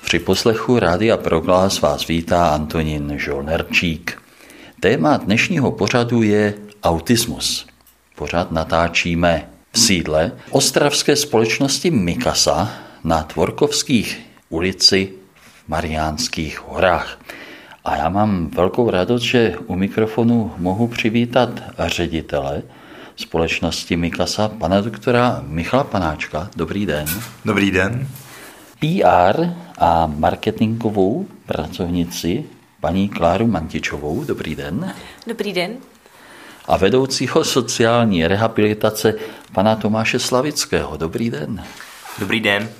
Při poslechu Rádia Proglas vás vítá Antonín Žolnerčík. Téma dnešního pořadu je autismus. Pořad natáčíme v sídle ostravské společnosti Mikasa na Tvorkovských ulici v Mariánských horách. A já mám velkou radost, že u mikrofonu mohu přivítat ředitele společnosti Mikasa, pana doktora Michala Panáčka. Dobrý den. Dobrý den. PR a marketingovou pracovnici paní Kláru Mantičovou. Dobrý den. Dobrý den. A vedoucího sociální rehabilitace pana Tomáše Slavického. Dobrý den. Dobrý den.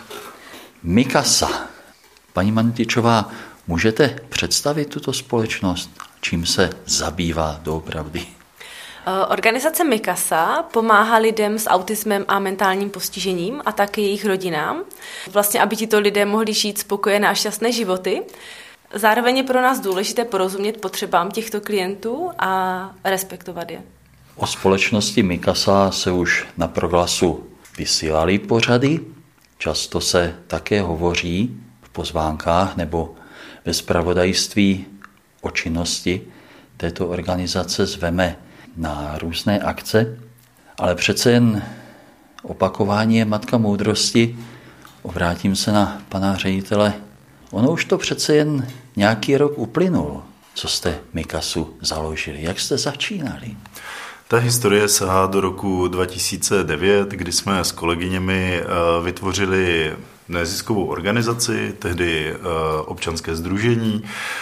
Mikasa. Paní Mantičová, můžete představit tuto společnost? Čím se zabývá doopravdy? Organizace Mikasa pomáhá lidem s autismem a mentálním postižením a také jejich rodinám. Vlastně, aby tito lidé mohli žít spokojené a šťastné životy. Zároveň je pro nás důležité porozumět potřebám těchto klientů a respektovat je. O společnosti Mikasa se už na Proglasu vysílaly pořady. Často se také hovoří v pozvánkách nebo ve zpravodajství o činnosti této organizace, zveme na různé akce, ale přece jen opakování je matka moudrosti. Obrátím se na pana ředitele. Ono už to přece jen nějaký rok uplynul, co jste Mikasu založili. Jak jste začínali? Ta historie sahá do roku 2009, kdy jsme s kolegyněmi vytvořili neziskovou organizaci, tehdy občanské sdružení,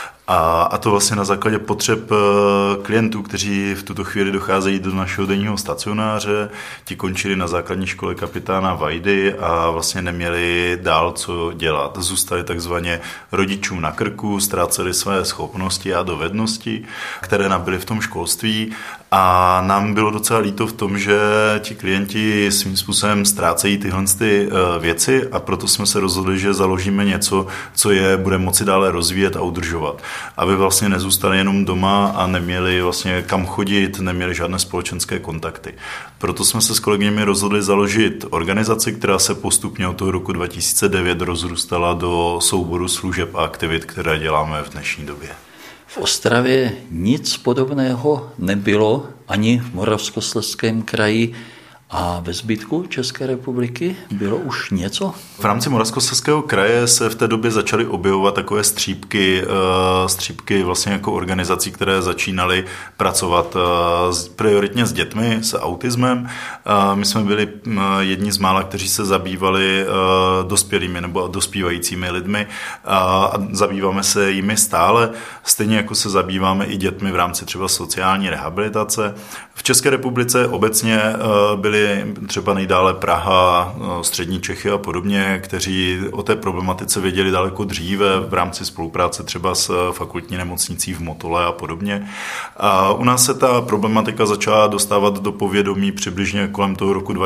a to vlastně na základě potřeb klientů, kteří v tuto chvíli docházejí do našeho denního stacionáře. Ti končili na základní škole kapitána Vajdy a vlastně neměli dál co dělat. Zůstali takzvaně rodičům na krku, ztráceli své schopnosti a dovednosti, které nabyli v tom školství. A nám bylo docela líto v tom, že ti klienti svým způsobem ztrácejí tyhle věci, a proto jsme se rozhodli, že založíme něco, co je bude moci dále rozvíjet a udržovat. Aby vlastně nezůstali jenom doma a neměli vlastně kam chodit, neměli žádné společenské kontakty. Proto jsme se s kolegyněmi rozhodli založit organizaci, která se postupně od toho roku 2009 rozrůstala do souboru služeb a aktivit, které děláme v dnešní době. V Ostravě nic podobného nebylo ani v Moravskoslezském kraji. A ve zbytku České republiky bylo už něco? V rámci Moravskoslezského kraje se v té době začaly objevovat takové střípky vlastně jako organizací, které začínaly pracovat prioritně s dětmi, s autismem. My jsme byli jedni z mála, kteří se zabývali dospělými nebo dospívajícími lidmi a zabýváme se jimi stále, stejně jako se zabýváme i dětmi v rámci třeba sociální rehabilitace. V České republice obecně byli třeba nejdále Praha, střední Čechy a podobně, kteří o té problematice věděli daleko dříve v rámci spolupráce třeba s fakultní nemocnicí v Motole a podobně. A u nás se ta problematika začala dostávat do povědomí přibližně kolem toho roku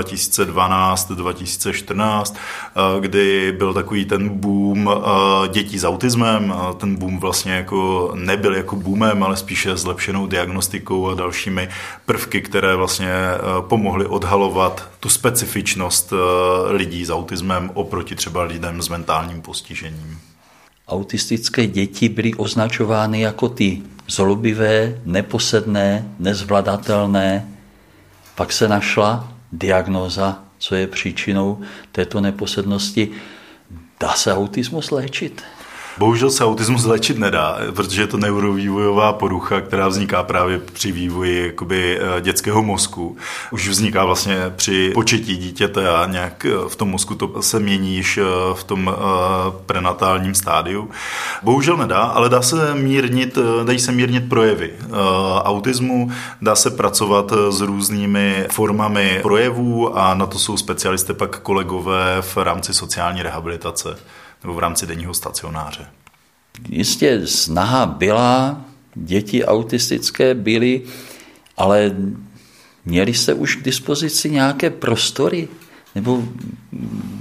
2012-2014, kdy byl takový ten boom dětí s autismem. Ten boom vlastně jako nebyl jako boomem, ale spíše zlepšenou diagnostikou a dalšími prvky, které vlastně pomohly odhalovat tu specifičnost lidí s autismem oproti třeba lidem s mentálním postižením. Autistické děti byly označovány jako ty zlobivé, neposedné, nezvladatelné. Pak se našla diagnóza, co je příčinou této neposednosti. Dá se autismus léčit? Bohužel se autismus léčit nedá, protože je to neurovývojová porucha, která vzniká právě při vývoji jakoby dětského mozku. Už vzniká vlastně při početí dítěte a nějak v tom mozku to se mění již v tom prenatálním stádiu. Bohužel nedá, ale dají se mírnit projevy autismu, dá se pracovat s různými formami projevů a na to jsou specialisté pak kolegové v rámci sociální rehabilitace nebo v rámci denního stacionáře. Jistě snaha byla, děti autistické byly, ale měli jste už k dispozici nějaké prostory? Nebo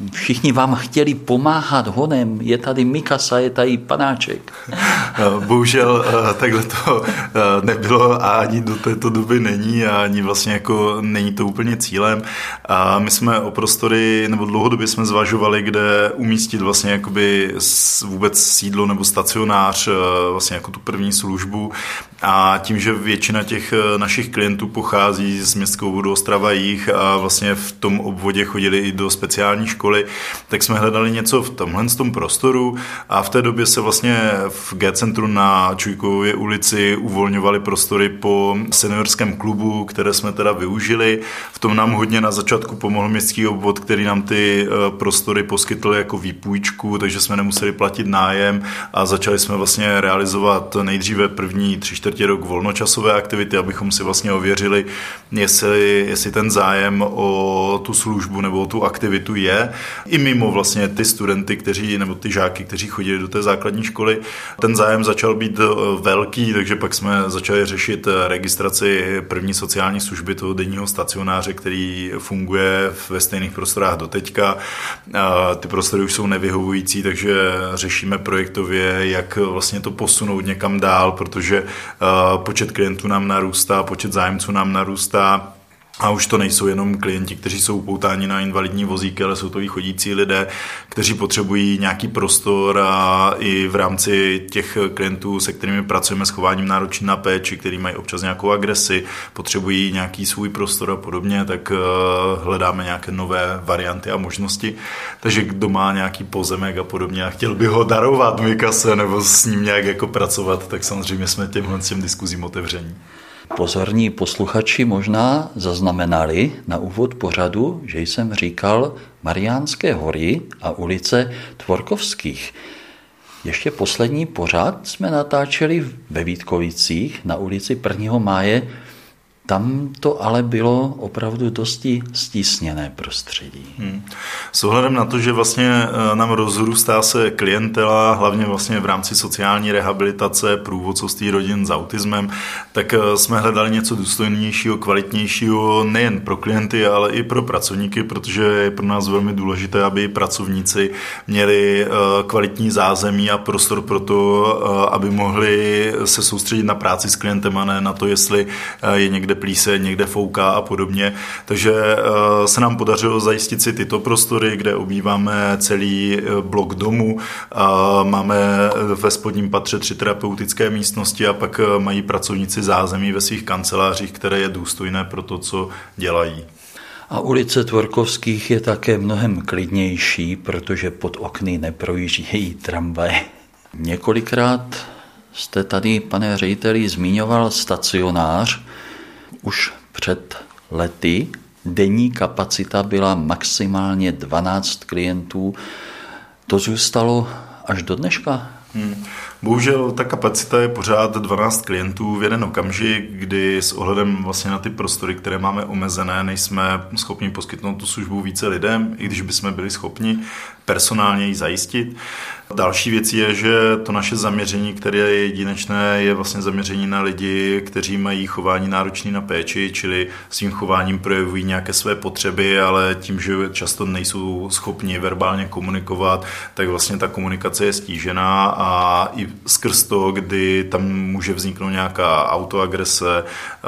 všichni vám chtěli pomáhat honem, je tady Mikasa, je tady panáček. Bohužel takhle to nebylo a ani do této doby není a ani vlastně jako není to úplně cílem. A my jsme o prostory, nebo dlouhodobě jsme zvažovali, kde umístit vlastně jakoby vůbec sídlo nebo stacionář, vlastně jako tu první službu. A tím, že většina těch našich klientů pochází z městského obvodu Ostrava Jih a vlastně v tom obvodě chodili i do speciální školy, tak jsme hledali něco v tomhle tom prostoru a v té době se vlastně v G-centru na Čujkově ulici uvolňovaly prostory po seniorském klubu, které jsme teda využili. V tom nám hodně na začátku pomohl městský obvod, který nám ty prostory poskytl jako výpůjčku, takže jsme nemuseli platit nájem a začali jsme vlastně realizovat nejdříve první 3/4 rok volnočasové aktivity, abychom si vlastně ověřili, jestli ten zájem o tu službu nebo o tu aktivitu je. I mimo vlastně ty studenty, nebo ty žáky, kteří chodili do té základní školy. Ten zájem začal být velký, takže pak jsme začali řešit registraci první sociální služby toho denního stacionáře, který funguje ve stejných prostorách doteďka. Ty prostory už jsou nevyhovující, takže řešíme projektově, jak vlastně to posunout někam dál, protože počet klientů nám narůstá, počet zájemců nám narůstá. A už to nejsou jenom klienti, kteří jsou upoutáni na invalidní vozíky, ale jsou to i chodící lidé, kteří potřebují nějaký prostor a i v rámci těch klientů, se kterými pracujeme s chováním náročný na péči, který mají občas nějakou agresi, potřebují nějaký svůj prostor a podobně, tak hledáme nějaké nové varianty a možnosti. Takže kdo má nějaký pozemek a podobně a chtěl by ho darovat Mikase nebo s ním nějak jako pracovat, tak samozřejmě jsme těm diskuzím otevření. Pozorní posluchači možná zaznamenali na úvod pořadu, že jsem říkal Mariánské hory a ulice Tvorkovských. Ještě poslední pořad jsme natáčeli ve Vítkovicích na ulici 1. máje. Tam to ale bylo opravdu dosti stísněné prostředí. S ohledem na to, že vlastně nám rozrůstá se klientela, hlavně vlastně v rámci sociální rehabilitace, průvodcovství rodin s autismem, tak jsme hledali něco důstojnějšího, kvalitnějšího nejen pro klienty, ale i pro pracovníky, protože je pro nás velmi důležité, aby pracovníci měli kvalitní zázemí a prostor pro to, aby mohli se soustředit na práci s klientem a ne na to, jestli je někde plíse, někde fouká a podobně. Takže se nám podařilo zajistit si tyto prostory, kde obýváme celý blok domu. Máme ve spodním patře 3 terapeutické místnosti a pak mají pracovníci zázemí ve svých kancelářích, které je důstojné pro to, co dělají. A ulice Tvorkovských je také mnohem klidnější, protože pod okny neprojíždějí tramvaje. Několikrát jste tady, pane řediteli, zmiňoval stacionář. Už před lety denní kapacita byla maximálně 12 klientů. To zůstalo až do dneška? Bohužel ta kapacita je pořád 12 klientů v jeden okamžik, kdy s ohledem vlastně na ty prostory, které máme omezené, nejsme schopni poskytnout tu službu více lidem, i když bychom byli schopni personálně ji zajistit. Další věc je, že to naše zaměření, které je jedinečné, je vlastně zaměření na lidi, kteří mají chování náročné na péči, čili svým chováním projevují nějaké své potřeby, ale tím, že často nejsou schopni verbálně komunikovat, tak vlastně ta komunikace je stížená a i skrz to, kdy tam může vzniknout nějaká autoagrese,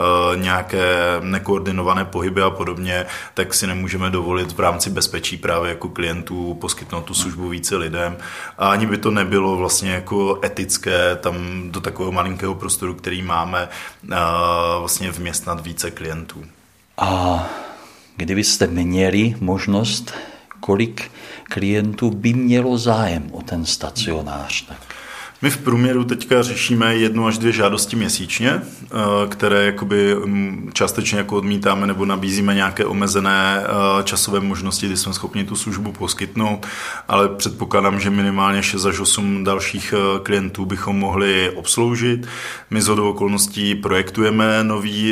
nějaké nekoordinované pohyby a podobně, tak si nemůžeme dovolit v rámci bezpečí právě jako klientů poskytnout tu službu více lidem. A ani by to nebylo vlastně jako etické tam do takového malinkého prostoru, který máme, vlastně vměstnat více klientů. A kdybyste měli možnost, kolik klientů by mělo zájem o ten stacionář? Tak. My v průměru teďka řešíme 1 až 2 žádosti měsíčně, které jakoby částečně jako odmítáme nebo nabízíme nějaké omezené časové možnosti, kdy jsme schopni tu službu poskytnout, ale předpokládám, že minimálně 6 až 8 dalších klientů bychom mohli obsloužit. My shodou okolností projektujeme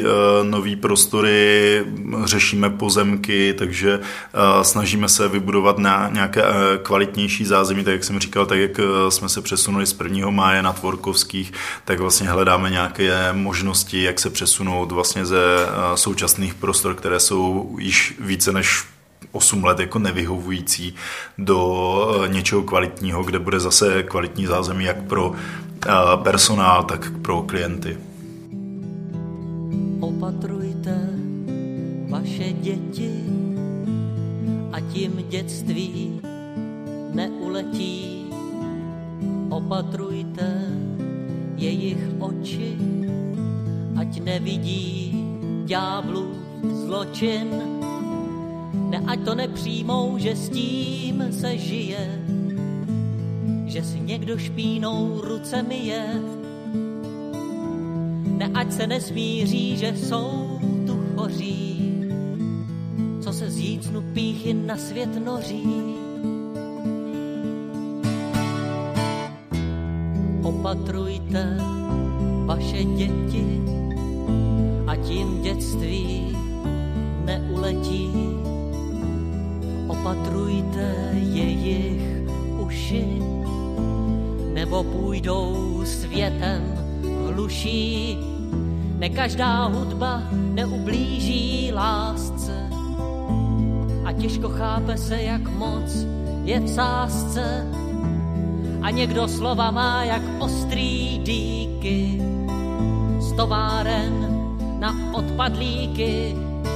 nový prostory, řešíme pozemky, takže snažíme se vybudovat na nějaké kvalitnější zázemí, tak jak jsem říkal, tak jak jsme se přesunuli z 1. máje na Tvorkovských, tak vlastně hledáme nějaké možnosti, jak se přesunout vlastně ze současných prostor, které jsou již více než 8 let jako nevyhovující do něčeho kvalitního, kde bude zase kvalitní zázemí jak pro personál, tak pro klienty. Opatrujte vaše děti, ať jim dětství neuletí. Opatrujte jejich oči, ať nevidí ďáblův zločin. Ne, ať to nepřijmou, že s tím se žije, že si někdo špínou ruce myje. Ne, ať se nesmíří, že jsou tu choří, co se z jícnu pýchy na svět noří. Opatrujte vaše děti, ať jim dětství neuletí. Opatrujte jejich uši, nebo půjdou světem hluší. Ne každá hudba neublíží lásce a těžko chápe se, jak moc je v sázce. A někdo slova má jak ostrý dýky z továren na odpadlíky.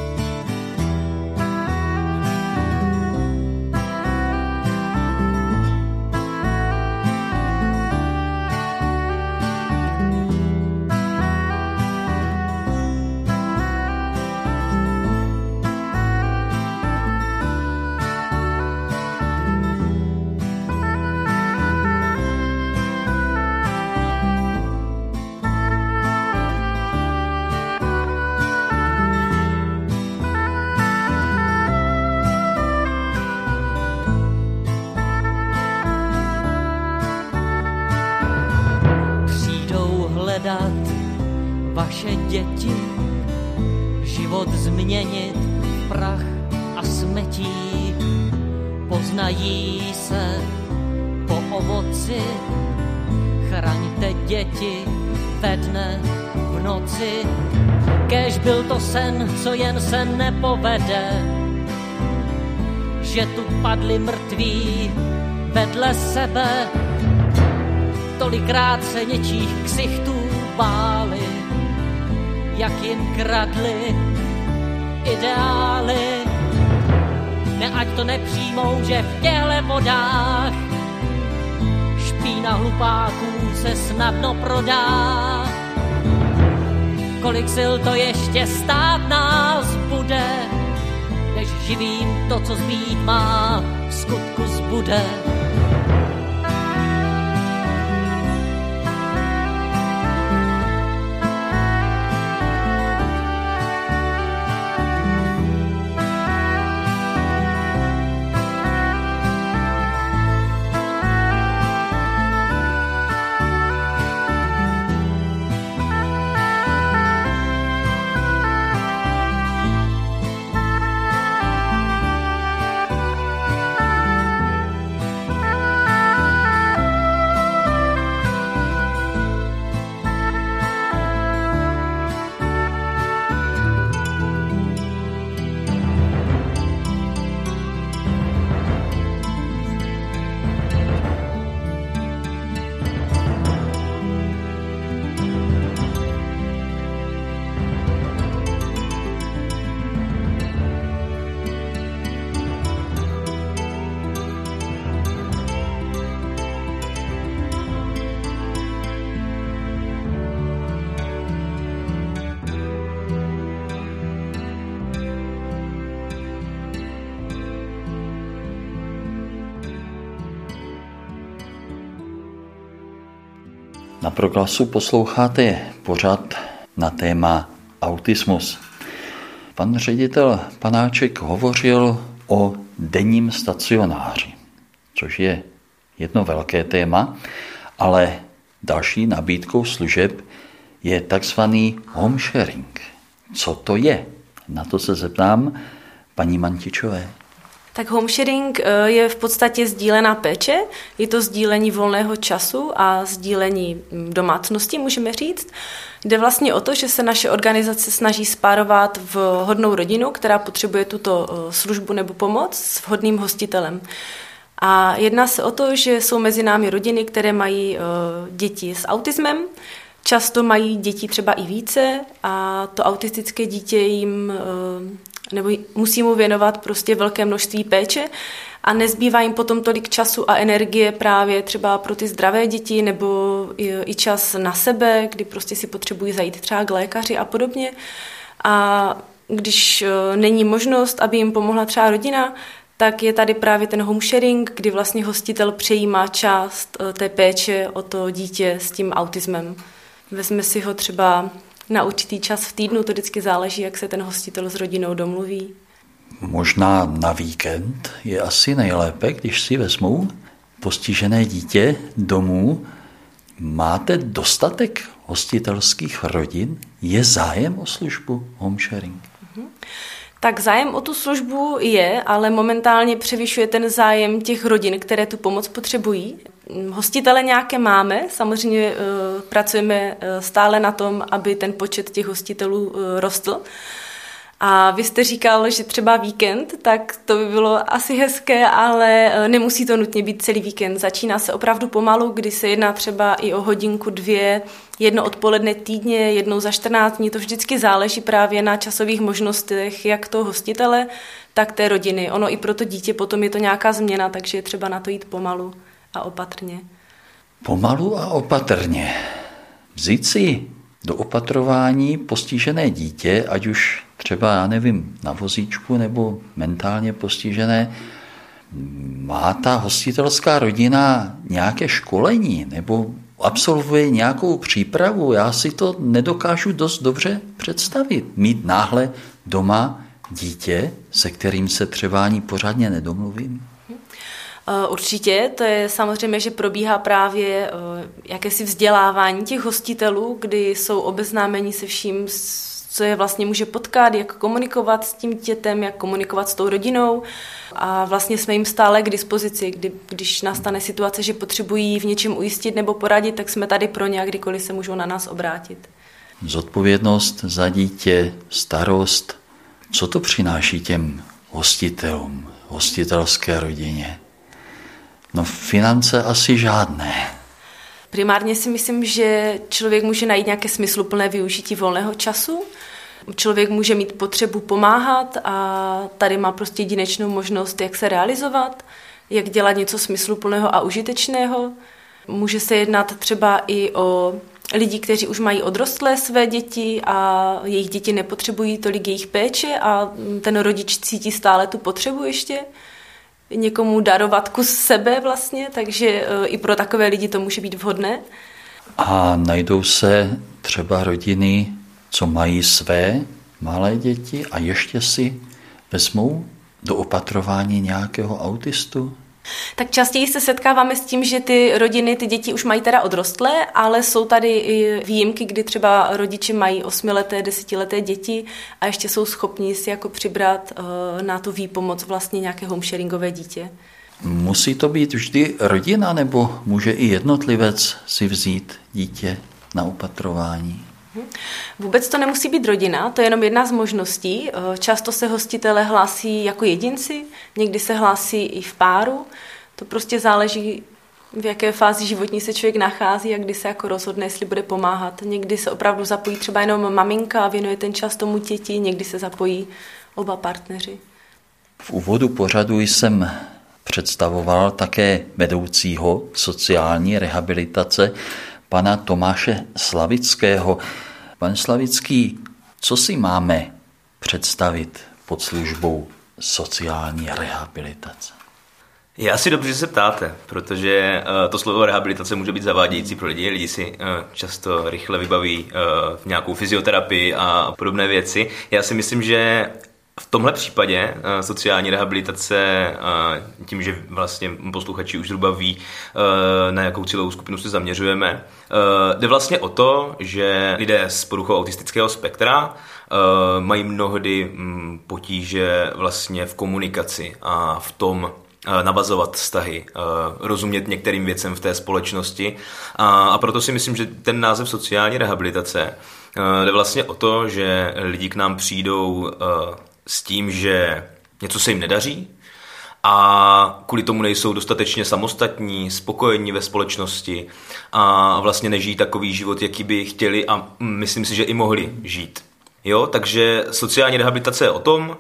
Vaše děti život změnit v prach a smetí. Poznají se po ovoci, chraňte děti ve dne v noci. Kéž byl to sen, co jen se nepovede, že tu padli mrtví vedle sebe. Tolikrát se něčích ksichtů báli, jak jim kradli ideály. Ne, ať to nepřijmou, že v těchto vodách špína hlupáků se snadno prodá. Kolik sil to ještě stát nás bude, než živým to, co zbýt má, v skutku zbude. Na Proglasu posloucháte pořad na téma autismus. Pan ředitel Panáček hovořil o denním stacionáři, což je jedno velké téma, ale další nabídkou služeb je takzvaný home sharing. Co to je? Na to se zeptám paní Mantičové. Tak homesharing je v podstatě sdílená péče, je to sdílení volného času a sdílení domácnosti, můžeme říct. Jde vlastně o to, že se naše organizace snaží spárovat vhodnou rodinu, která potřebuje tuto službu nebo pomoc s vhodným hostitelem. A jedná se o to, že jsou mezi námi rodiny, které mají děti s autismem, často mají děti třeba i více a to autistické dítě jim nebo musí mu věnovat prostě velké množství péče a nezbývá jim potom tolik času a energie právě třeba pro ty zdravé děti nebo i čas na sebe, kdy prostě si potřebují zajít třeba k lékaři a podobně. A když není možnost, aby jim pomohla třeba rodina, tak je tady právě ten homesharing, kdy vlastně hostitel přejímá část té péče o to dítě s tím autismem. Vezme si ho třeba na určitý čas v týdnu, to vždycky záleží, jak se ten hostitel s rodinou domluví. Možná na víkend je asi nejlépe, když si vezmou postižené dítě domů. Máte dostatek hostitelských rodin? Je zájem o službu homesharing? Tak zájem o tu službu je, ale momentálně převyšuje ten zájem těch rodin, které tu pomoc potřebují. Hostitele nějaké máme, samozřejmě pracujeme stále na tom, aby ten počet těch hostitelů rostl. A vy jste říkal, že třeba víkend, tak to by bylo asi hezké, ale nemusí to nutně být celý víkend. Začíná se opravdu pomalu, kdy se jedná třeba i o hodinku, 2, jedno odpoledne týdně, jednou za 14 dní. To vždycky záleží právě na časových možnostech, jak toho hostitele, tak té rodiny. Ono i pro to dítě potom je to nějaká změna, takže je třeba na to jít pomalu a opatrně. Pomalu a opatrně. Vzít si do opatrování postižené dítě, ať už třeba, já nevím, na vozíčku nebo mentálně postižené, má ta hostitelská rodina nějaké školení nebo absolvuje nějakou přípravu? Já si to nedokážu dost dobře představit. Mít náhle doma dítě, se kterým se třeba ani pořádně nedomluvím. Určitě, to je samozřejmě, že probíhá právě jakési vzdělávání těch hostitelů, kdy jsou obeznámeni se vším, co je vlastně může potkat, jak komunikovat s tím dětem, jak komunikovat s tou rodinou a vlastně jsme jim stále k dispozici, když nastane situace, že potřebují v něčem ujistit nebo poradit, tak jsme tady pro ně a kdykoliv se můžou na nás obrátit. Zodpovědnost za dítě, starost, co to přináší těm hostitelům, hostitelské rodině? No finance asi žádné. Primárně si myslím, že člověk může najít nějaké smysluplné využití volného času. Člověk může mít potřebu pomáhat a tady má prostě jedinečnou možnost, jak se realizovat, jak dělat něco smysluplného a užitečného. Může se jednat třeba i o lidi, kteří už mají odrostlé své děti a jejich děti nepotřebují tolik jejich péče a ten rodič cítí stále tu potřebu ještě někomu darovat kus sebe vlastně, takže i pro takové lidi to může být vhodné. A najdou se třeba rodiny, co mají své malé děti a ještě si vezmou do opatrování nějakého autistu? Tak častěji se setkáváme s tím, že ty rodiny, ty děti už mají teda odrostlé, ale jsou tady i výjimky, kdy třeba rodiče mají 8leté, 10leté děti a ještě jsou schopni si jako přibrat na tu výpomoc vlastně nějaké homesharingové dítě. Musí to být vždy rodina, nebo může i jednotlivec si vzít dítě na opatrování? Vůbec to nemusí být rodina, to je jenom jedna z možností. Často se hostitelé hlásí jako jedinci, někdy se hlásí i v páru. To prostě záleží, v jaké fázi životní se člověk nachází a kdy se jako rozhodne, jestli bude pomáhat. Někdy se opravdu zapojí třeba jenom maminka a věnuje ten čas tomu děti, někdy se zapojí oba partneři. V úvodu pořadu jsem představoval také vedoucího sociální rehabilitace pana Tomáše Slavického. Pan Slavický, co si máme představit pod službou sociální rehabilitace? Je asi dobře, že se ptáte, protože to slovo rehabilitace může být zavádějící pro lidi. Lidi si často rychle vybaví nějakou fyzioterapii a podobné věci. Já si myslím, že V tomhle případě sociální rehabilitace, tím, že vlastně posluchači už zhruba ví, na jakou cílovou skupinu se zaměřujeme, jde vlastně o to, že lidé s poruchou autistického spektra mají mnohdy potíže vlastně v komunikaci a v tom navazovat vztahy, rozumět některým věcem v té společnosti. A proto si myslím, že ten název sociální rehabilitace jde vlastně o to, že lidi k nám přijdou s tím, že něco se jim nedaří a kvůli tomu nejsou dostatečně samostatní, spokojení ve společnosti a vlastně nežijí takový život, jaký by chtěli a myslím si, že i mohli žít. Jo, takže sociální rehabilitace je o tom,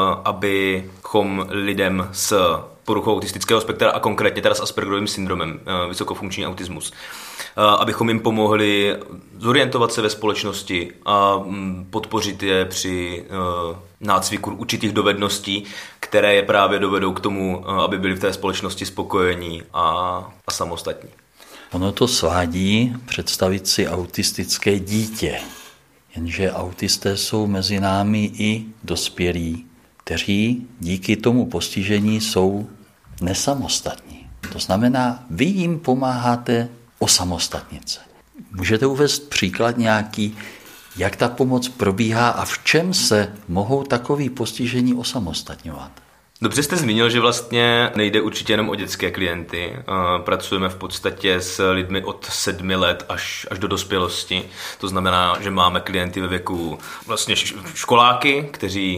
abychom lidem s poruchou autistického spektra a konkrétně teda s Aspergerovým syndromem, vysokofunkční autismus, abychom jim pomohli zorientovat se ve společnosti a podpořit je při nácviku určitých dovedností, které je právě dovedou k tomu, aby byli v té společnosti spokojení a samostatní. Ono to svádí představit si autistické dítě, jenže autisté jsou mezi námi i dospělí, kteří díky tomu postižení jsou nesamostatní. To znamená, vy jim pomáháte osamostatnit se. Můžete uvést příklad nějaký, jak ta pomoc probíhá a v čem se mohou takový postižení osamostatňovat? Dobře jste zmínil, že vlastně nejde určitě jenom o dětské klienty. Pracujeme v podstatě s lidmi od 7 let až do dospělosti. To znamená, že máme klienty ve věku vlastně školáky,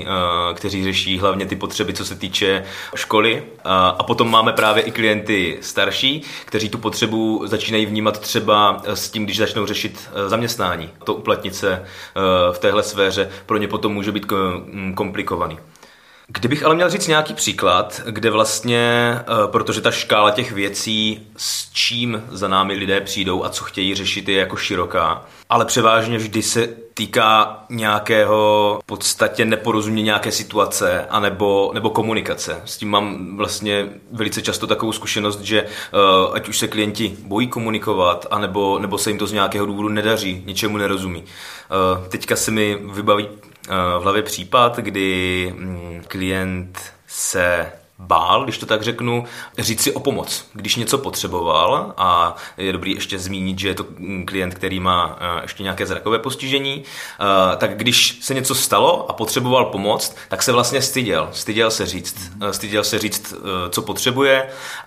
kteří řeší hlavně ty potřeby, co se týče školy. A potom máme právě i klienty starší, kteří tu potřebu začínají vnímat třeba s tím, když začnou řešit zaměstnání. To uplatnit se v téhle sféře pro ně potom může být komplikovaný. Kdybych ale měl říct nějaký příklad, kde vlastně, protože ta škála těch věcí, s čím za námi lidé přijdou a co chtějí řešit, je jako široká, ale převážně vždy se týká nějakého v podstatě neporozumění nějaké situace nebo komunikace. S tím mám vlastně velice často takovou zkušenost, že ať už se klienti bojí komunikovat, nebo se jim to z nějakého důvodu nedaří, ničemu nerozumí. Teďka se mi vybaví v hlavě případ, kdy klient se bál, když to tak řeknu, říct si o pomoc, když něco potřeboval, a je dobrý ještě zmínit, že je to klient, který má ještě nějaké zrakové postižení, tak když se něco stalo a potřeboval pomoc, tak se vlastně styděl se říct, co potřebuje,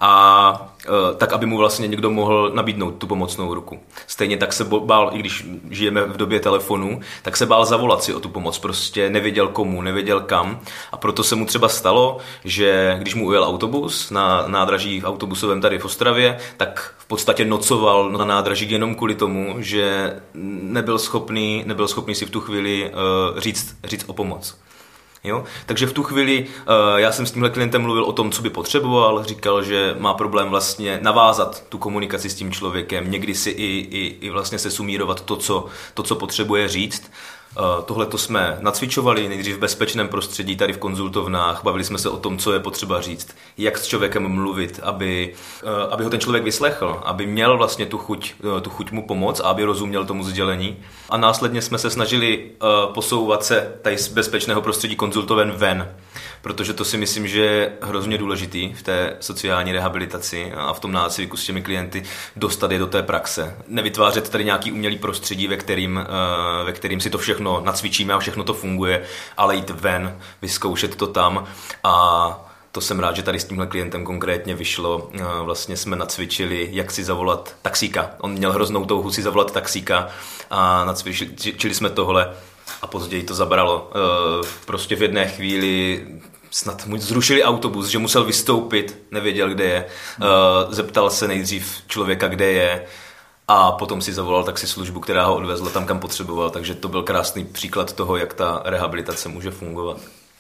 a tak, aby mu vlastně někdo mohl nabídnout tu pomocnou ruku. Stejně tak se bál, i když žijeme v době telefonu, tak se bál zavolat si o tu pomoc, prostě nevěděl komu, nevěděl kam, a proto se mu třeba stalo, že když mu ujel autobus na nádraží autobusovém tady v Ostravě, tak v podstatě nocoval na nádraží jenom kvůli tomu, že nebyl schopný si v tu chvíli říct o pomoc. Jo? Takže v tu chvíli já jsem s tímhle klientem mluvil o tom, co by potřeboval, říkal, že má problém vlastně navázat tu komunikaci s tím člověkem, někdy si i vlastně se sumírovat to, co potřebuje říct. Tohleto jsme nacvičovali nejdřív v bezpečném prostředí, tady v konzultovnách, bavili jsme se o tom, co je potřeba říct, jak s člověkem mluvit, aby ho ten člověk vyslechl, aby měl vlastně tu chuť mu pomoct a aby rozuměl tomu sdělení. A následně jsme se snažili posouvat se tady z bezpečného prostředí konzultoven ven, protože to si myslím, že je hrozně důležitý v té sociální rehabilitaci a v tom nácviku s těmi klienty dostat je do té praxe. Nevytvářet tady nějaký umělý prostředí, ve kterým si to všechno nacvičíme a všechno to funguje, ale jít ven, vyzkoušet to tam, a to jsem rád, že tady s tímhle klientem konkrétně vyšlo. Vlastně jsme nacvičili, jak si zavolat taxíka. On měl hroznou touhu si zavolat taxíka a nacvičili jsme tohle a později to zabralo. Prostě v jedné chvíli snad mu zrušili autobus, že musel vystoupit, nevěděl, kde je. Zeptal se nejdřív člověka, kde je, a potom si zavolal taxislužbu, která ho odvezla tam, kam potřeboval. Takže to byl krásný příklad toho, jak ta rehabilitace může fungovat.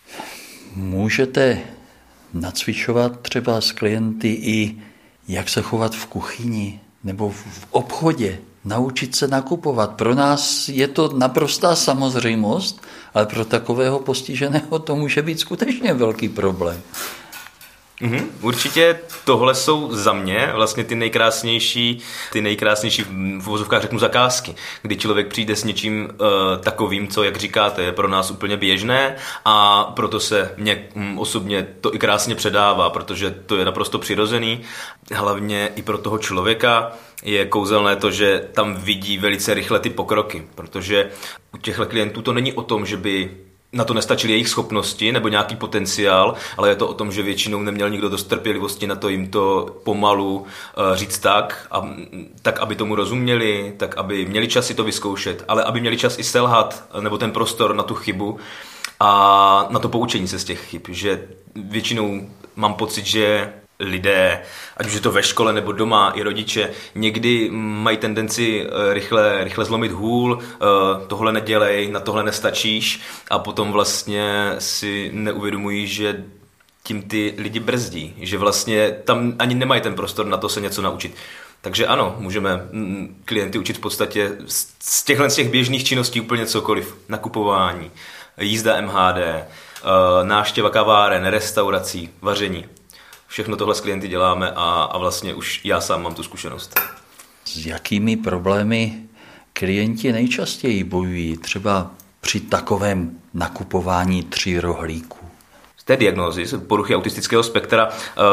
Můžete nacvičovat třeba s klienty i jak se chovat v kuchyni nebo v obchodě, naučit se nakupovat. Pro nás je to naprostá samozřejmost, ale pro takového postiženého to může být skutečně velký problém. Určitě tohle jsou za mě vlastně ty nejkrásnější v uvozovkách řeknu zakázky, kdy člověk přijde s něčím takovým, co, jak říkáte, je pro nás úplně běžné a proto se mně osobně to i krásně předává, protože to je naprosto přirozený. Hlavně i pro toho člověka je kouzelné to, že tam vidí velice rychle ty pokroky, protože u těchto klientů to není o tom, že by na to nestačily jejich schopnosti nebo nějaký potenciál, ale je to o tom, že většinou neměl nikdo dost trpělivosti na to jim to pomalu říct tak, aby tomu rozuměli, tak, aby měli čas si to vyzkoušet, ale aby měli čas i selhat, nebo ten prostor na tu chybu a na to poučení se z těch chyb, že většinou mám pocit, že lidé, ať už je to ve škole nebo doma, i rodiče, někdy mají tendenci rychle zlomit hůl, tohle nedělej, na tohle nestačíš a potom vlastně si neuvědomují, že tím ty lidi brzdí, že vlastně tam ani nemají ten prostor na to se něco naučit. Takže ano, můžeme klienty učit v podstatě z těch běžných činností úplně cokoliv. Nakupování, jízda MHD, návštěva kaváren, restaurací, vaření. Všechno tohle s klienty děláme a vlastně už já sám mám tu zkušenost. S jakými problémy klienti nejčastěji bojují třeba při takovém nakupování 3 rohlíků? Z té diagnózy, z poruchy autistického spektra,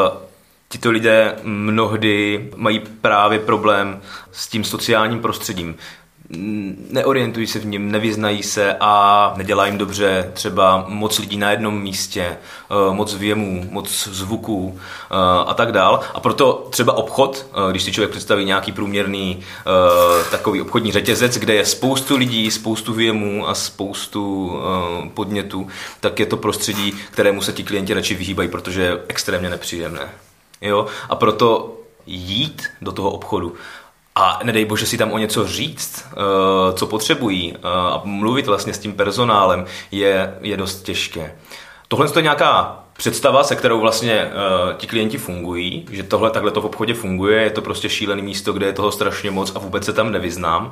tito lidé mnohdy mají právě problém s tím sociálním prostředím. Neorientují se v něm, nevyznají se a nedělá jim dobře třeba moc lidí na jednom místě, moc věmů, moc zvuků a tak dál. A proto třeba obchod, když si člověk představí nějaký průměrný takový obchodní řetězec, kde je spoustu lidí, spoustu věmů a spoustu podnětů, tak je to prostředí, kterému se ti klienti radši vyhýbají, protože je extrémně nepříjemné. Jo? A proto jít do toho obchodu a nedej bože si tam o něco říct, co potřebují a mluvit vlastně s tím personálem je dost těžké. Tohle je nějaká představa, se kterou vlastně ti klienti fungují, že takhle to v obchodě funguje, je to prostě šílený místo, kde je toho strašně moc a vůbec se tam nevyznám.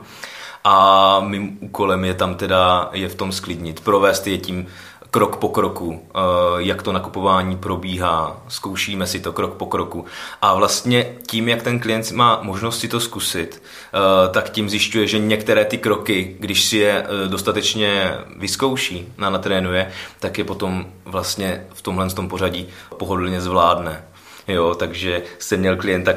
A mým úkolem je tam teda je v tom sklidnit, provést je tím krok po kroku, jak to nakupování probíhá, zkoušíme si to krok po kroku a vlastně tím, jak ten klient má možnost si to zkusit, tak tím zjišťuje, že některé ty kroky, když si je dostatečně vyzkouší, natrénuje, tak je potom vlastně v tomhle pořadí pohodlně zvládne. Jo, takže jsem měl klienta,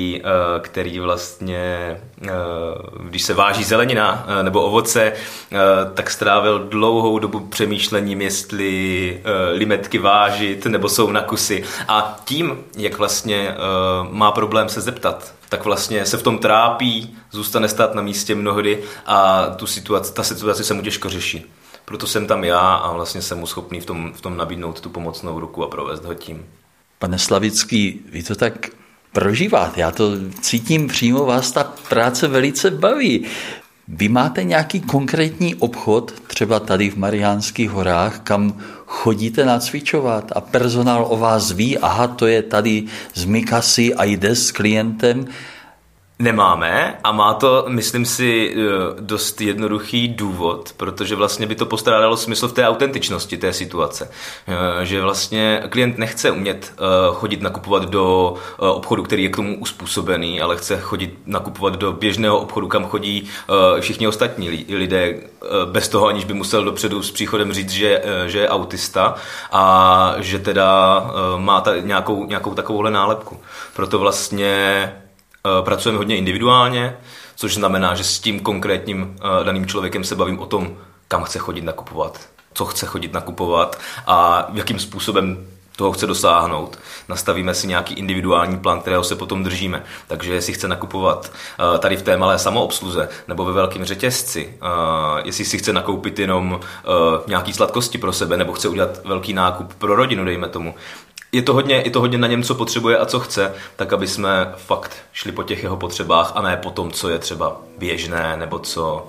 který vlastně, když se váží zelenina nebo ovoce, tak strávil dlouhou dobu přemýšlením, jestli limetky vážit nebo jsou na kusy. A tím, jak vlastně má problém se zeptat, tak vlastně se v tom trápí, zůstane stát na místě mnohdy a ta situace se mu těžko řeší. Proto jsem tam já a vlastně jsem mu schopný v tom nabídnout tu pomocnou ruku a provést ho tím. Pane Slavický, vy to tak prožíváte, já to cítím přímo, vás ta práce velice baví. Vy máte nějaký konkrétní obchod, třeba tady v Mariánských horách, kam chodíte nacvičovat a personál o vás ví, aha, to je tady z Mikasy a jde s klientem? Nemáme a má to, myslím si, dost jednoduchý důvod, protože vlastně by to postrádalo smysl v té autentičnosti té situace. Že vlastně klient nechce umět chodit nakupovat do obchodu, který je k tomu uspůsobený, ale chce chodit nakupovat do běžného obchodu, kam chodí všichni ostatní lidé, bez toho, aniž by musel dopředu s příchodem říct, že je autista a že teda má nějakou takovouhle nálepku. Proto vlastně pracujeme hodně individuálně, což znamená, že s tím konkrétním daným člověkem se bavím o tom, kam chce chodit nakupovat, co chce chodit nakupovat a jakým způsobem toho chce dosáhnout. Nastavíme si nějaký individuální plán, kterého se potom držíme. Takže jestli chce nakupovat tady v té malé samoobsluze nebo ve velkém řetězci, jestli si chce nakoupit jenom nějaký sladkosti pro sebe nebo chce udělat velký nákup pro rodinu, dejme tomu, je to hodně na něm, co potřebuje a co chce, tak aby jsme fakt šli po těch jeho potřebách a ne po tom, co je třeba běžné nebo co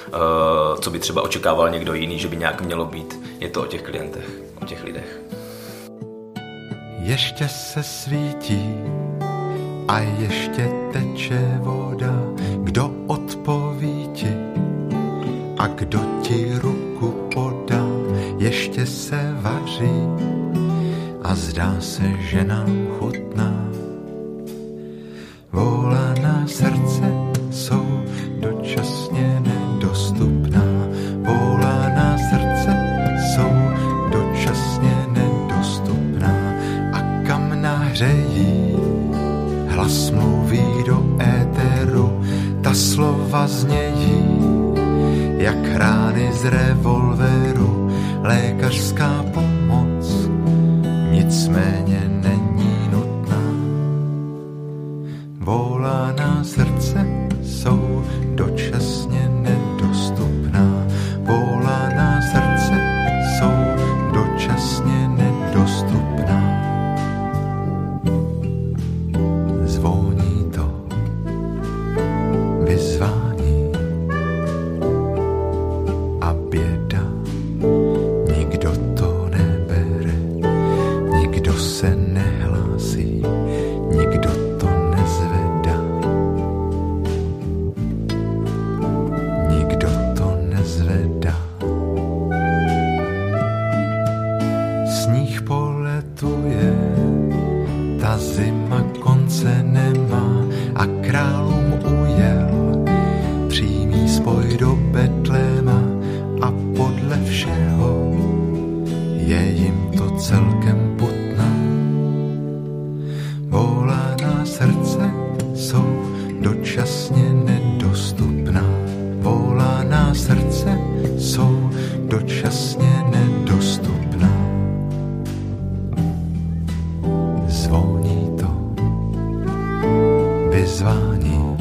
by třeba očekával někdo jiný, že by nějak mělo být. Je to o těch klientech, o těch lidech. Ještě se svítí a ještě teče voda. Kdo odpoví ti a kdo ti ruku podá? Ještě se vaří a zdá se, že nám chutná. Volaná srdce jsou dočasně nedostupná. Volaná srdce jsou dočasně nedostupná. A kam nahřejí, hlas mluví do éteru, ta slova znějí jak rány z revolveru. Lékařská pomoc nicméně není nutná. Volaná srdce jsou dočasně nedostupná. Volaná srdce jsou dočasně nedostupná. Zvoní to vyzvání a běda, nikdo to nebere, nikdo se nehlásí, nikdo to nezvedá. Nikdo to nezvedá. Sníh poletuje, ta zima konce nemá a králům ujel přímý spoj do Betléma a podle všeho je jim to celkem putná. Volaná srdce jsou dočasně nedostupná. Volaná srdce jsou dočasně nedostupná. Zvoní to vyzvání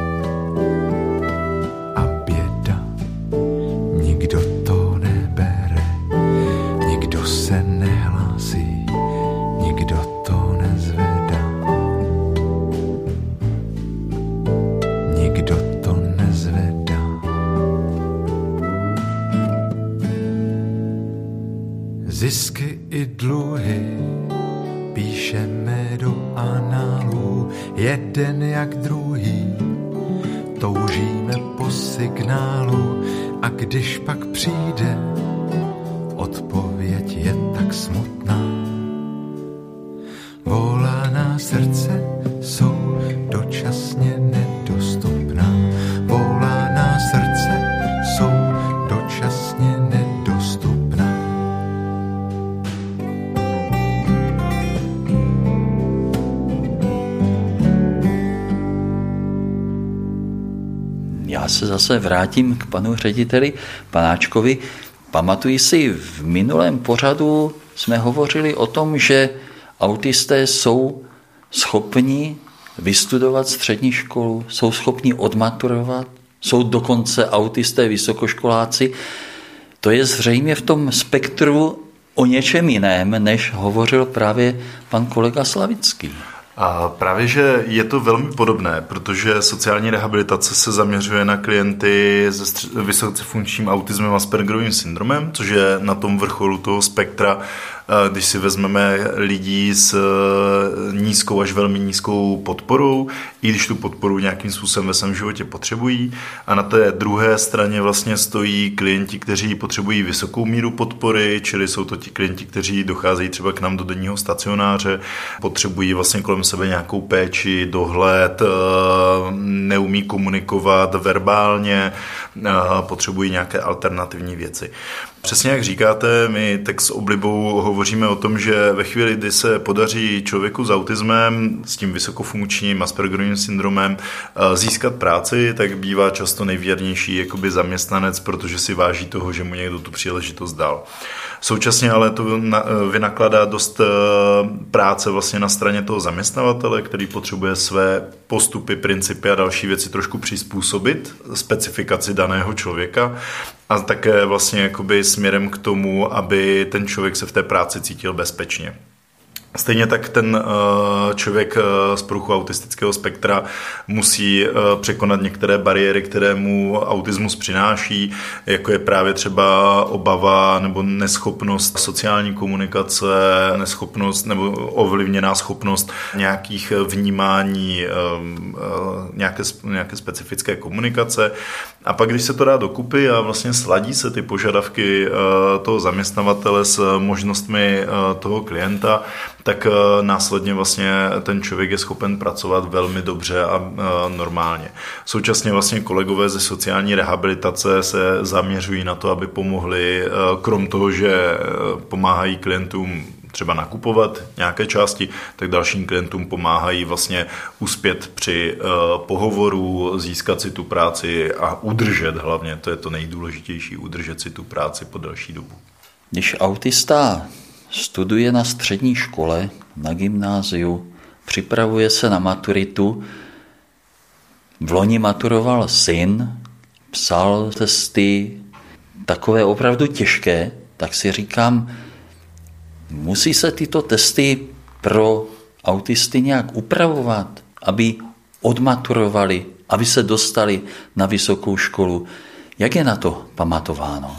a běda, nikdo to nebere, nikdo se nehlásí, nikdo to nezvedá. Nikdo to nezvedá. Zisky i dluhy píšeme do análů, jeden jak druhý. Toužíme po signálu a když pak přijde, odpověď je tak smutná. Volaná srdce jsou dočasně nedostupná. Volaná srdce jsou dočasně nedostupná. Já se zase vrátím k panu řediteli Panáčkovi. Pamatuji si, v minulém pořadu jsme hovořili o tom, že autisté jsou schopni vystudovat střední školu, jsou schopni odmaturovat, jsou dokonce autisté vysokoškoláci. To je zřejmě v tom spektru o něčem jiném, než hovořil právě pan kolega Slavický. A právě, že je to velmi podobné, protože sociální rehabilitace se zaměřuje na klienty se vysoce funkčním autismem a Aspergerovým syndromem, což je na tom vrcholu toho spektra, když si vezmeme lidí s nízkou až velmi nízkou podporou, i když tu podporu nějakým způsobem ve svém životě potřebují. A na té druhé straně vlastně stojí klienti, kteří potřebují vysokou míru podpory, čili jsou to ti klienti, kteří docházejí třeba k nám do denního stacionáře, potřebují vlastně kolem sebe nějakou péči, dohled, neumí komunikovat verbálně, potřebují nějaké alternativní věci. Přesně jak říkáte, my tak s oblibou hovoříme o tom, že ve chvíli, kdy se podaří člověku s autismem, s tím vysokofunkčním Aspergerovým syndromem získat práci, tak bývá často nejvěrnější jakoby zaměstnanec, protože si váží toho, že mu někdo tu příležitost dal. Současně ale to vynakládá dost práce vlastně na straně toho zaměstnavatele, který potřebuje své postupy, principy a další věci trošku přizpůsobit specifikaci daného člověka a také vlastně jakoby směrem k tomu, aby ten člověk se v té práci cítil bezpečně. Stejně tak ten člověk z poruchou autistického spektra musí překonat některé bariéry, které mu autismus přináší, jako je právě třeba obava nebo neschopnost sociální komunikace, neschopnost nebo ovlivněná schopnost nějakých vnímání, nějaké specifické komunikace. A pak, když se to dá dokupy a vlastně sladí se ty požadavky toho zaměstnavatele s možnostmi toho klienta, tak následně vlastně ten člověk je schopen pracovat velmi dobře a normálně. Současně vlastně kolegové ze sociální rehabilitace se zaměřují na to, aby pomohli, krom toho, že pomáhají klientům třeba nakupovat nějaké části, tak dalším klientům pomáhají vlastně uspět při pohovoru, získat si tu práci a udržet hlavně, to je to nejdůležitější, udržet si tu práci po delší dobu. Když autista studuje na střední škole, na gymnáziu, připravuje se na maturitu, vloni maturoval syn, psal testy, takové opravdu těžké, tak si říkám, musí se tyto testy pro autisty nějak upravovat, aby odmaturovali, aby se dostali na vysokou školu. Jak je na to pamatováno?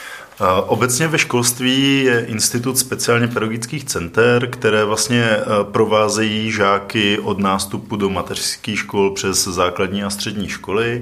Obecně ve školství je institut speciálně pedagogických center, které vlastně provázejí žáky od nástupu do mateřských škol přes základní a střední školy.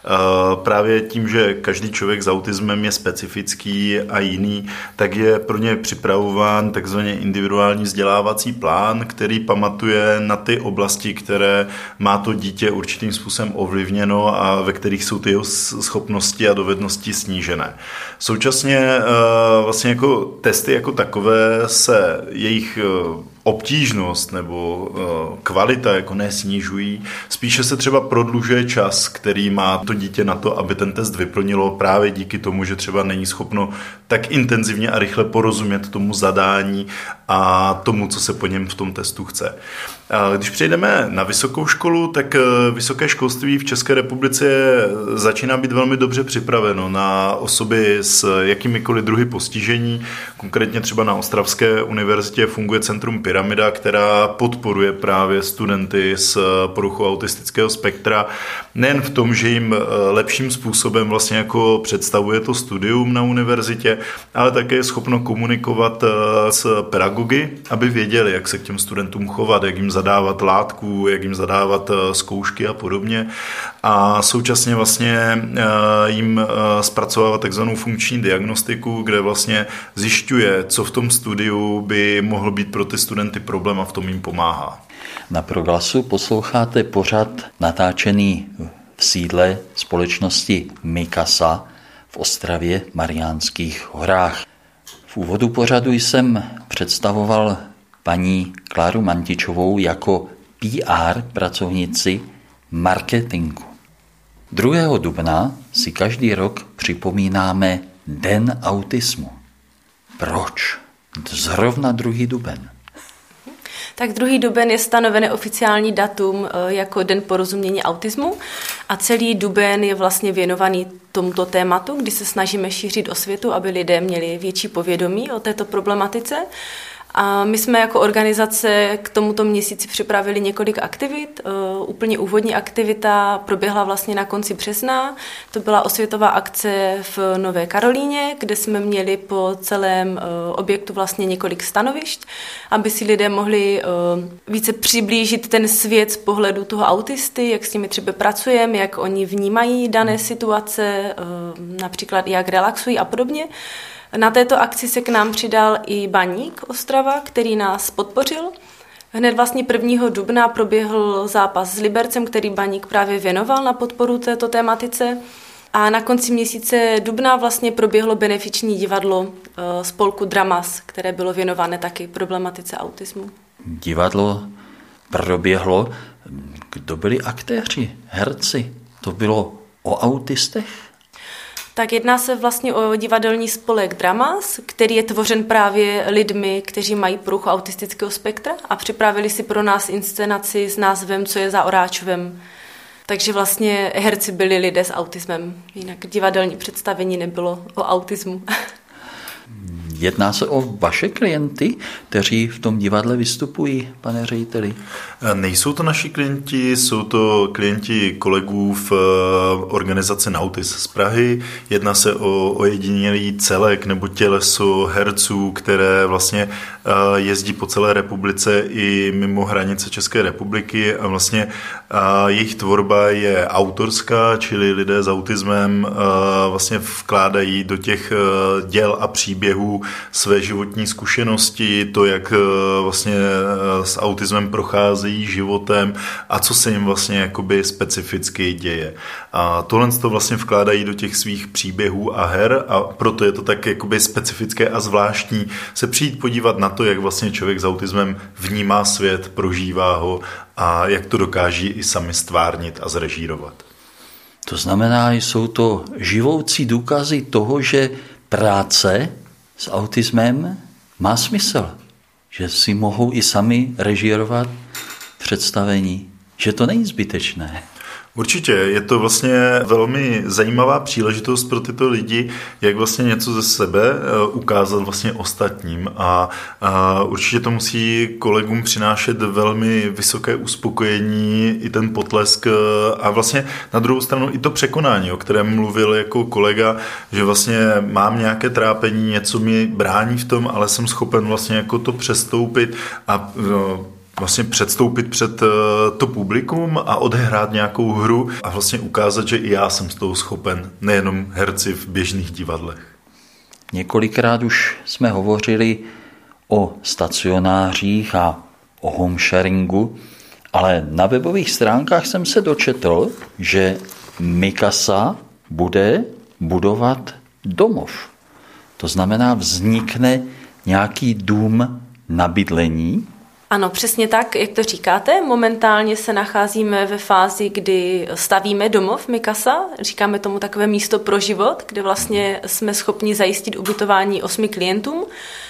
Právě tím, že každý člověk s autismem je specifický a jiný, tak je pro ně připravován takzvaně individuální vzdělávací plán, který pamatuje na ty oblasti, které má to dítě určitým způsobem ovlivněno a ve kterých jsou ty jeho schopnosti a dovednosti snížené. Současně vlastně jako testy jako takové se jejich obtížnost nebo kvalita jako nesnižují, spíše se třeba prodlužuje čas, který má to dítě na to, aby ten test vyplnilo právě díky tomu, že třeba není schopno tak intenzivně a rychle porozumět tomu zadání a tomu, co se po něm v tom testu chce. Když přejdeme na vysokou školu, tak vysoké školství v České republice začíná být velmi dobře připraveno na osoby s jakýmikoliv druhy postižení. Konkrétně třeba na Ostravské univerzitě funguje Centrum Pyramida, která podporuje právě studenty s poruchou autistického spektra. Nejen v tom, že jim lepším způsobem vlastně jako představuje to studium na univerzitě, ale také je schopno komunikovat s pedagogy, aby věděli, jak se k těm studentům chovat, jak jim zadávat látku, jak jim zadávat zkoušky a podobně. A současně vlastně jim zpracovávat takzvanou funkční diagnostiku, kde vlastně zjišťuje, co v tom studiu by mohlo být pro ty studenty problém a v tom jim pomáhá. Na Proglasu posloucháte pořad natáčený v sídle společnosti Mikasa v Ostravě Mariánských horách. V úvodu pořadu jsem představoval paní Kláru Mantičovou jako PR pracovnici marketingu. 2. dubna si každý rok připomínáme Den autismu. Proč? Zrovna 2. duben. Tak 2. duben je stanovené oficiální datum jako Den porozumění autismu a celý duben je vlastně věnovaný tomuto tématu, kdy se snažíme šířit osvětu, aby lidé měli větší povědomí o této problematice. A my jsme jako organizace k tomuto měsíci připravili několik aktivit. Úplně úvodní aktivita proběhla vlastně na konci března. To byla osvětová akce v Nové Karolíně, kde jsme měli po celém objektu vlastně několik stanovišť, aby si lidé mohli více přiblížit ten svět z pohledu toho autisty, jak s nimi třeba pracujeme, jak oni vnímají dané situace, například jak relaxují a podobně. Na této akci se k nám přidal i Baník Ostrava, který nás podpořil. Hned vlastně 1. dubna proběhl zápas s Libercem, který Baník právě věnoval na podporu této tématice. A na konci měsíce dubna vlastně proběhlo benefiční divadlo spolku Dramas, které bylo věnované taky problematice autismu. Divadlo proběhlo. Kdo byli aktéři, herci? To bylo o autistech? Tak jedná se vlastně o divadelní spolek Dramas, který je tvořen právě lidmi, kteří mají poruchu autistického spektra a připravili si pro nás inscenaci s názvem Co je za Oráčovem. Takže vlastně herci byli lidé s autismem, jinak divadelní představení nebylo o autismu. Jedná se o vaše klienty, kteří v tom divadle vystupují, pane řediteli? Nejsou to naši klienti, jsou to klienti kolegů v organizaci Nautis z Prahy. Jedná se o ojedinělý celek nebo těleso herců, které vlastně jezdí po celé republice i mimo hranice České republiky a vlastně jejich tvorba je autorská, čili lidé s autismem vlastně vkládají do těch děl a příběhů své životní zkušenosti, to, jak vlastně s autismem procházejí životem a co se jim vlastně jakoby specificky děje. A tohle to vlastně vkládají do těch svých příběhů a her a proto je to tak jakoby specifické a zvláštní se přijít podívat na to, jak vlastně člověk s autismem vnímá svět, prožívá ho a jak to dokáží i sami stvárnit a zrežírovat. To znamená, jsou to živoucí důkazy toho, že práce s autismem má smysl, že si mohou i sami režírovat představení, že to není zbytečné. Určitě, je to vlastně velmi zajímavá příležitost pro tyto lidi, jak vlastně něco ze sebe ukázat vlastně ostatním a určitě to musí kolegům přinášet velmi vysoké uspokojení, i ten potlesk a vlastně na druhou stranu i to překonání, o kterém mluvil jako kolega, že vlastně mám nějaké trápení, něco mi brání v tom, ale jsem schopen vlastně jako to přestoupit a vlastně předstoupit před to publikum a odehrát nějakou hru a vlastně ukázat, že i já jsem z toho schopen, nejenom herci v běžných divadlech. Několikrát už jsme hovořili o stacionářích a o home sharingu, ale na webových stránkách jsem se dočetl, že Mikasa bude budovat domov. To znamená, vznikne nějaký dům na bydlení. Ano, přesně tak, jak to říkáte. Momentálně se nacházíme ve fázi, kdy stavíme domov Mikasa. Říkáme tomu takové místo pro život, kde vlastně jsme schopni zajistit ubytování 8 klientům.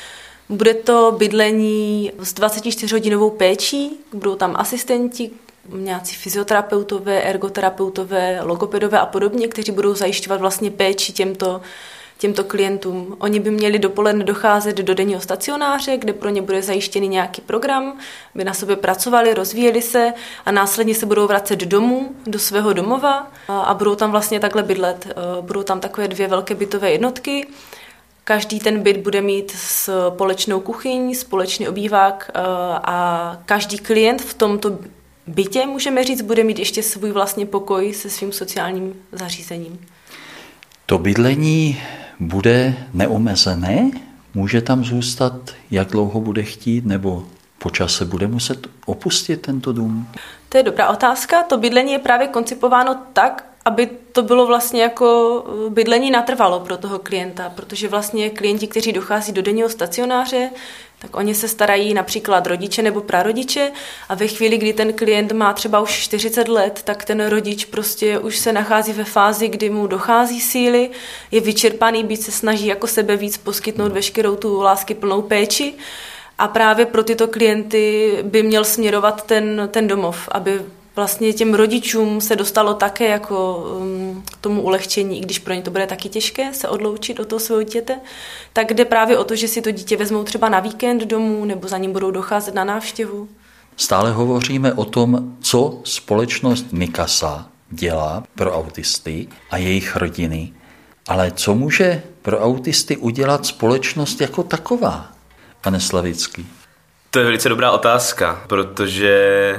Bude to bydlení s 24hodinovou péčí, budou tam asistenti, nějací fyzioterapeutové, ergoterapeutové, logopedové a podobně, kteří budou zajišťovat vlastně péči těmto klientům. Oni by měli dopoledne docházet do denního stacionáře, kde pro ně bude zajištěný nějaký program, by na sobě pracovali, rozvíjeli se a následně se budou vracet domů, do svého domova a budou tam vlastně takhle bydlet. Budou tam takové 2 velké bytové jednotky. Každý ten byt bude mít společnou kuchyň, společný obývák a každý klient v tomto bytě, můžeme říct, bude mít ještě svůj vlastní pokoj se svým sociálním zařízením. To bydlení bude neomezené? Může tam zůstat, jak dlouho bude chtít, nebo po čase bude muset opustit tento dům? To je dobrá otázka. To bydlení je právě koncipováno tak, aby to bylo vlastně jako bydlení natrvalo pro toho klienta, protože vlastně klienti, kteří dochází do denního stacionáře, tak oni se starají například rodiče nebo prarodiče a ve chvíli, kdy ten klient má třeba už 40 let, tak ten rodič prostě už se nachází ve fázi, kdy mu dochází síly, je vyčerpaný, byť se snaží jako sebe víc poskytnout veškerou tu láskyplnou péči a právě pro tyto klienty by měl směrovat ten domov, aby vlastně těm rodičům se dostalo také jako tomu ulehčení, i když pro ně to bude taky těžké se odloučit od toho svého dítěte, tak jde právě o to, že si to dítě vezmou třeba na víkend domů nebo za ním budou docházet na návštěvu. Stále hovoříme o tom, co společnost Mikasa dělá pro autisty a jejich rodiny, ale co může pro autisty udělat společnost jako taková, pane Slavický? To je velice dobrá otázka, protože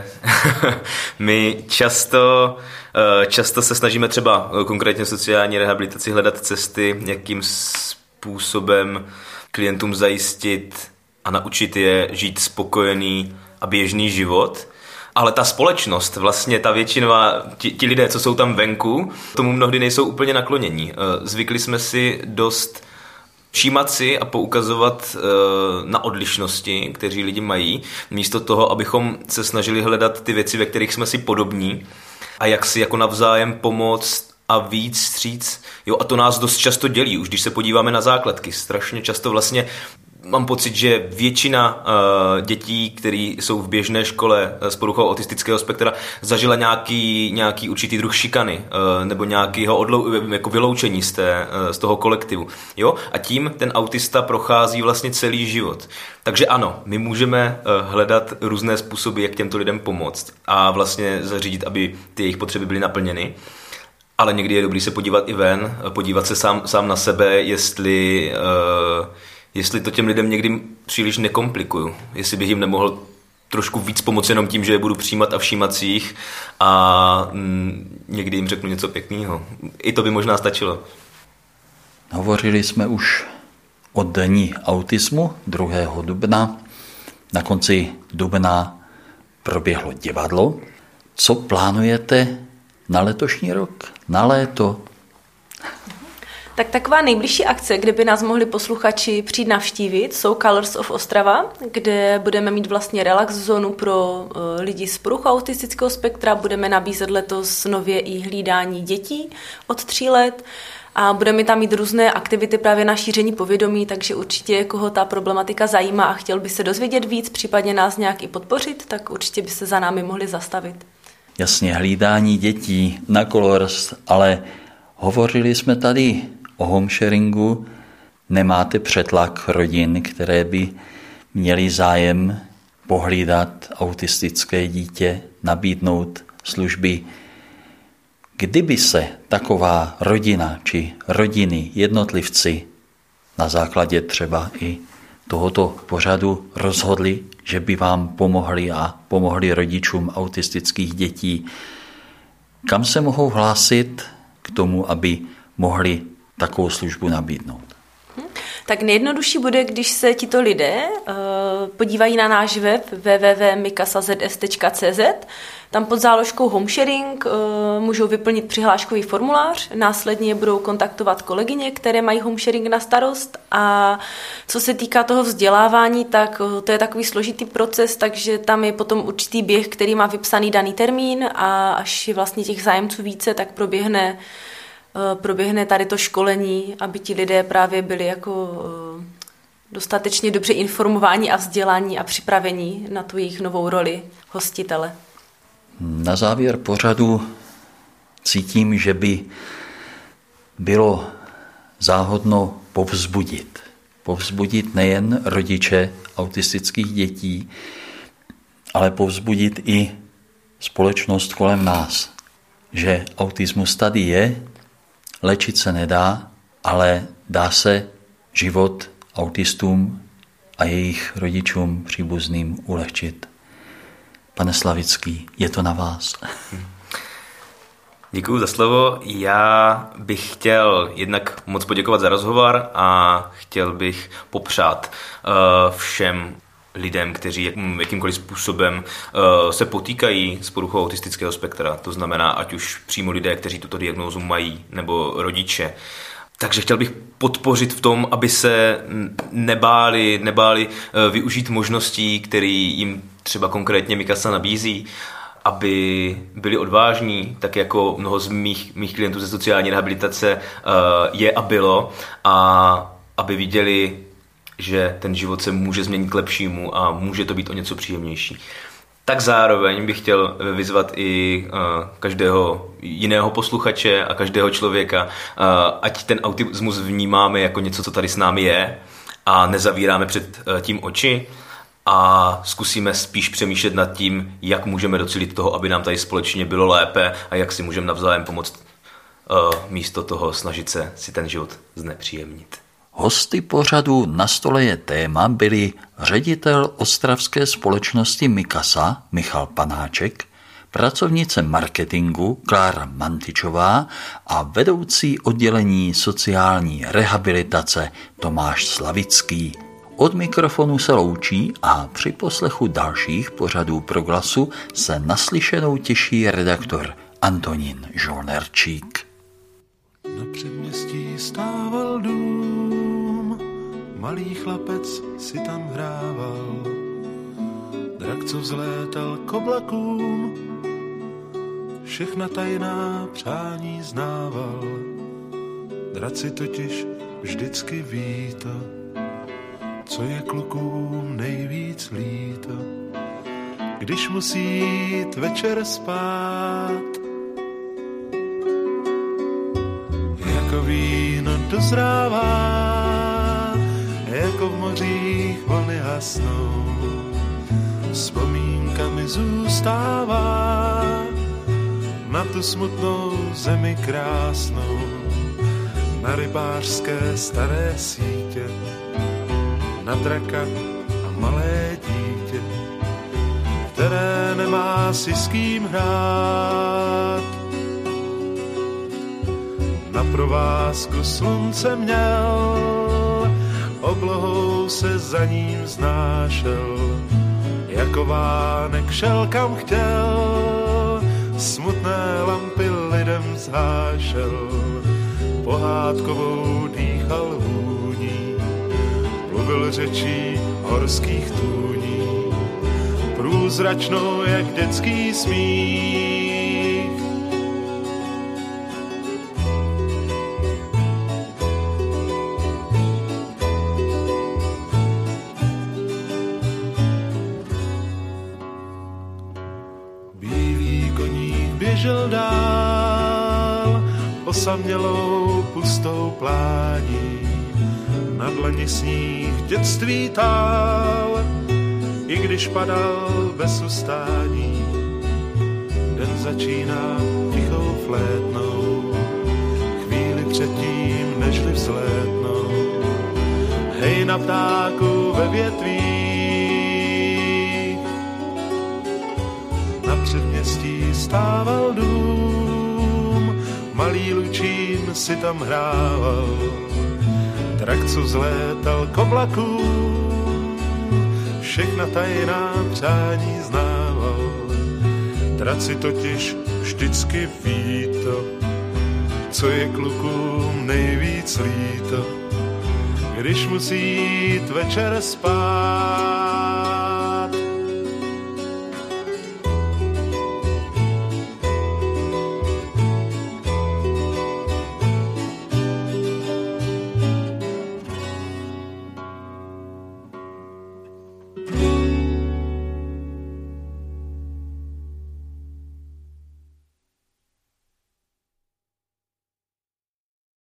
my často se snažíme třeba konkrétně v sociální rehabilitaci hledat cesty, jakým způsobem klientům zajistit a naučit je žít spokojený a běžný život. Ale ta společnost, vlastně ta většinová, ti lidé, co jsou tam venku, tomu mnohdy nejsou úplně naklonění. Zvykli jsme si dost všímat si a poukazovat na odlišnosti, kteří lidi mají, místo toho, abychom se snažili hledat ty věci, ve kterých jsme si podobní a jak si jako navzájem pomoct a víc vstříc. Jo, a to nás dost často dělí, už když se podíváme na základky. Strašně často vlastně mám pocit, že většina dětí, které jsou v běžné škole s poruchou autistického spektra, zažila nějaký určitý druh šikany nebo nějakého jako vyloučení z toho kolektivu. Jo? A tím ten autista prochází vlastně celý život. Takže ano, my můžeme hledat různé způsoby, jak těmto lidem pomoct a vlastně zařídit, aby ty jejich potřeby byly naplněny. Ale někdy je dobrý se podívat i ven, podívat se sám na sebe, jestli to těm lidem někdy příliš nekomplikuju. Jestli bych jim nemohl trošku víc pomoci jenom tím, že je budu přijímat a všímat si jich a někdy jim řeknu něco pěkného. I to by možná stačilo. Hovořili jsme už o dni autismu 2. dubna. Na konci dubna proběhlo divadlo. Co plánujete na letošní rok? Na léto? Tak taková nejbližší akce, kde by nás mohli posluchači přijít navštívit, jsou Colors of Ostrava, kde budeme mít vlastně relax zónu pro lidi s poruchou autistického spektra. Budeme nabízet letos nově i hlídání dětí od 3 let a budeme tam mít různé aktivity právě na šíření povědomí, takže určitě koho ta problematika zajímá a chtěl by se dozvědět víc, případně nás nějak i podpořit, tak určitě by se za námi mohli zastavit. Jasně, hlídání dětí na Colors, ale hovořili jsme tady o homesharingu. Nemáte přetlak rodin, které by měly zájem pohlídat autistické dítě, nabídnout služby. Kdyby se taková rodina či rodiny, jednotlivci na základě třeba i tohoto pořadu rozhodli, že by vám pomohli a pomohli rodičům autistických dětí, kam se mohou hlásit k tomu, aby mohli takovou službu nabídnout? Tak nejjednodušší bude, když se tito lidé podívají na náš web www.mikasa.zs.cz. Tam pod záložkou homesharing můžou vyplnit přihláškový formulář, následně je budou kontaktovat kolegyně, které mají homesharing na starost a co se týká toho vzdělávání, tak to je takový složitý proces, takže tam je potom určitý běh, který má vypsaný daný termín a až je vlastně těch zájemců více, tak proběhne tady to školení, aby ti lidé právě byli jako dostatečně dobře informováni a vzdělaní a připravení na tu jejich novou roli hostitele. Na závěr pořadu cítím, že by bylo záhodno povzbudit nejen rodiče autistických dětí, ale povzbudit i společnost kolem nás, že autismus tady je, léčit se nedá, ale dá se život autistům a jejich rodičům příbuzným ulehčit. Pane Slavický, je to na vás. Děkuju za slovo. Já bych chtěl jednak moc poděkovat za rozhovor a chtěl bych popřát všem lidem, kteří jakýmkoliv způsobem se potýkají s poruchou autistického spektra. To znamená, ať už přímo lidé, kteří tuto diagnózu mají, nebo rodiče. Takže chtěl bych podpořit v tom, aby se nebáli využít možností, které jim třeba konkrétně Mikasa nabízí, aby byli odvážní, tak jako mnoho z mých klientů ze sociální rehabilitace je a bylo, a aby viděli, že ten život se může změnit k lepšímu a může to být o něco příjemnější. Tak zároveň bych chtěl vyzvat i každého jiného posluchače a každého člověka, ať ten autismus vnímáme jako něco, co tady s námi je a nezavíráme před tím oči a zkusíme spíš přemýšlet nad tím, jak můžeme docílit toho, aby nám tady společně bylo lépe a jak si můžeme navzájem pomoct místo toho snažit se si ten život znepříjemnit. Hosty pořadu Na stole je téma byli ředitel ostravské společnosti Mikasa Michal Panáček, pracovnice marketingu Klára Mantičová a vedoucí oddělení sociální rehabilitace Tomáš Slavický. Od mikrofonu se loučí a při poslechu dalších pořadů Proglasu se naslyšenou těší redaktor Antonín Žolnerčík. Na předměstí stával dům, malý chlapec si tam hrával. Drak, co vzlétal k oblakům, všechna tajná přání znával. Draci totiž vždycky ví to, co je klukům nejvíc líto, když musí jít večer spát. Jako víno dozrává, jako v mořích vlny hasnou, vzpomínkami zůstává na tu smutnou zemi krásnou, na rybářské staré sítě, na draka a malé dítě, které nemá si s kým hrát. Na provázku slunce měl, oblohou se za ním znášel, jako vánek šel kam chtěl, smutné lampy lidem zhášel, pohádkovou dýchal vůní, mluvil řečí horských tůní, průzračnou jak dětský smích. Bílý koník běžel dál osamělou pustou plání, na dlani sníh dětství tál, i když padal bez ustání. Den začíná tichou flétnou, chvíli předtím, nežli vzlétnou. Hej na ptáku ve větvích, na předměstí stával dům, malý lučín si tam hrával, drak, co vzlétal k oblakům, všechna tajná přání znával. Draci totiž vždycky ví to, co je klukům nejvíc líto, když musí jít večer spát.